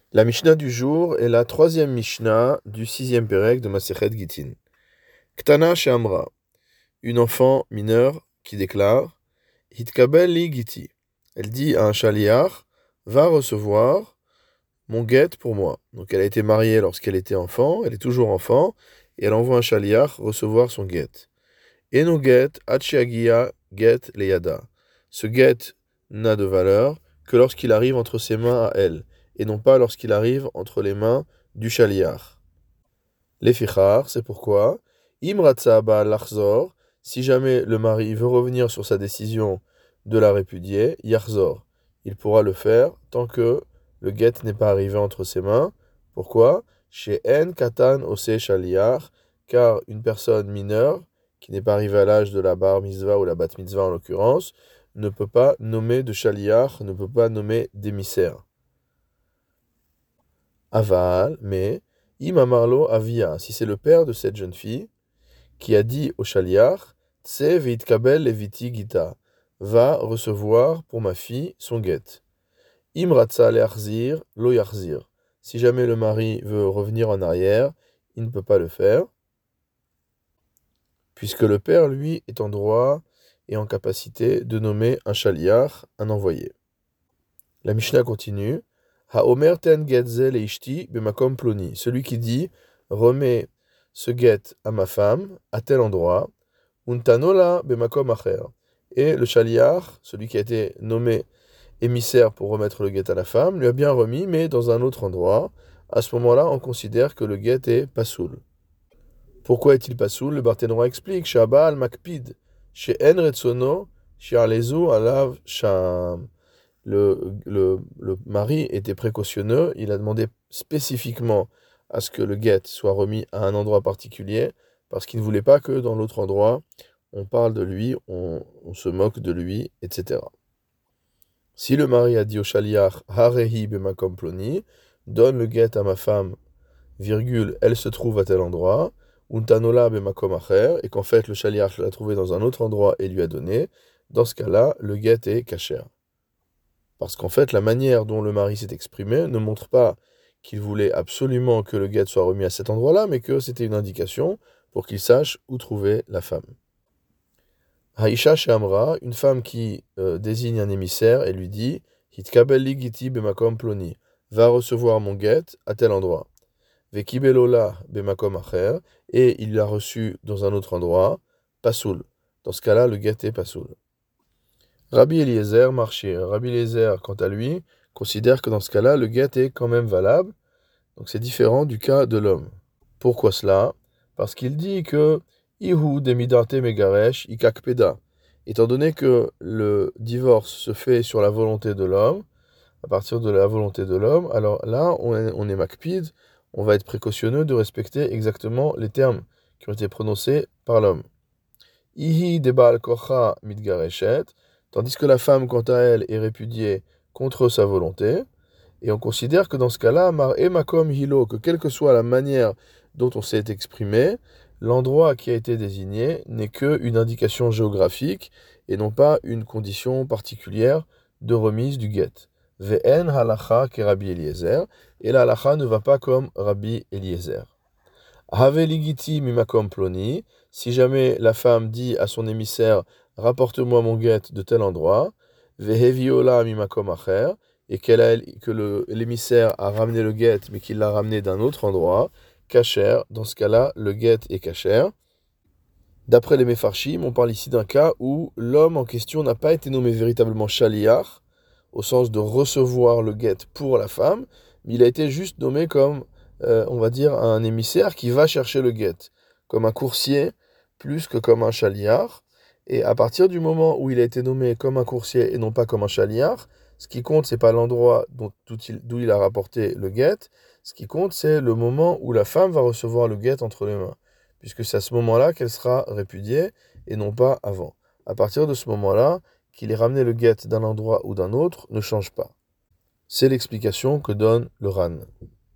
La Mishnah du jour est la troisième Mishnah du sixième Pérec de Masechet Gittin. Ktana She'amra, une enfant mineure qui déclare Hitkabel li Giti. Elle dit à un shaliach, va recevoir mon guet pour moi. Donc elle a été mariée lorsqu'elle était enfant, elle est toujours enfant, et elle envoie un shaliach recevoir son guet. Eno guet achiagia guet leyada. Ce guet n'a de valeur que lorsqu'il arrive entre ses mains à elle, et non pas lorsqu'il arrive entre les mains du shaliach. Les fichar, c'est pourquoi, imratza ba lachzor, si jamais le mari veut revenir sur sa décision de la répudier, yachzor, il pourra le faire tant que le guet n'est pas arrivé entre ses mains. Pourquoi? Chez en katan ose shaliach, car une personne mineure, qui n'est pas arrivée à l'âge de la bar mitzvah ou la bat mitzvah en l'occurrence, ne peut pas nommer de shaliach, ne peut pas nommer d'émissaire. Aval, mais, Imamarlo Avia, si c'est le père de cette jeune fille, qui a dit au shaliach, Tse veitkabel leviti gita, va recevoir pour ma fille son guet. Imratza leachzir lo yachzir. Si jamais le mari veut revenir en arrière, il ne peut pas le faire, puisque le père, lui, est en droit et en capacité de nommer un shaliach, un envoyé. La Mishnah continue. Haomer ten getze leishti bemakom ploni. Celui qui dit remets ce guet à ma femme à tel endroit. Untanola bemakom acher. Et le shaliach, celui qui a été nommé émissaire pour remettre le guet à la femme, lui a bien remis, mais dans un autre endroit. À ce moment-là, on considère que le guet est pasoul. Pourquoi est-il pasoul? Le Barthénois explique. Shaba al makpid. Chez en retsono, chez alezu alav sham. Le mari était précautionneux, il a demandé spécifiquement à ce que le guet soit remis à un endroit particulier, parce qu'il ne voulait pas que dans l'autre endroit, on parle de lui, on se moque de lui, etc. Si le mari a dit au shaliach, Harehi bemakom ploni, donne le guet à ma femme, virgule, elle se trouve à tel endroit, untanola bemakom acher, et qu'en fait le shaliach l'a trouvé dans un autre endroit et lui a donné, dans ce cas-là, le guet est kasher. Parce qu'en fait, la manière dont le mari s'est exprimé ne montre pas qu'il voulait absolument que le guet soit remis à cet endroit-là, mais que c'était une indication pour qu'il sache où trouver la femme. Haïcha She'amra, une femme qui désigne un émissaire et lui dit Hitkabel li giti bemakom ploni, va recevoir mon guet à tel endroit. Vekibelola bemakom acher, et il l'a reçu dans un autre endroit, pasoul. Dans ce cas-là, le guet est pasoul. Rabbi Eliezer marché. Rabbi Eliezer, quant à lui, considère que dans ce cas-là, le guet est quand même valable. Donc c'est différent du cas de l'homme. Pourquoi cela? Parce qu'il dit que Ihu demidate megaresh ikakpeda. Étant donné que le divorce se fait sur la volonté de l'homme, à partir de la volonté de l'homme, alors là, on est makpid, on va être précautionneux de respecter exactement les termes qui ont été prononcés par l'homme. Ihi debal kocha mitgareshet. Tandis que la femme, quant à elle, est répudiée contre sa volonté. Et on considère que dans ce cas-là, mar e makom hilo, que quelle que soit la manière dont on s'est exprimé, l'endroit qui a été désigné n'est qu'une indication géographique et non pas une condition particulière de remise du guet. Ve'en halacha ke Rabbi Eliezer, et la halacha ne va pas comme Rabbi Eliezer. Have ligiti mimakom ploni, si jamais la femme dit à son émissaire rapporte-moi mon guet de tel endroit, veheviola mimakom acher, et que l'émissaire a ramené le guet mais qu'il l'a ramené d'un autre endroit, kasher, dans ce cas-là, le guet est kasher. D'après les Mefarshim, on parle ici d'un cas où l'homme en question n'a pas été nommé véritablement shaliach, au sens de recevoir le guet pour la femme, mais il a été juste nommé comme, on va dire, un émissaire qui va chercher le guet, comme un coursier plus que comme un shaliach. Et à partir du moment où il a été nommé comme un coursier et non pas comme un shaliach, ce qui compte, c'est pas l'endroit d'où il a rapporté le guet, ce qui compte, c'est le moment où la femme va recevoir le guet entre les mains, puisque c'est à ce moment-là qu'elle sera répudiée et non pas avant. À partir de ce moment-là, qu'il ait ramené le guet d'un endroit ou d'un autre ne change pas. C'est l'explication que donne le Ran.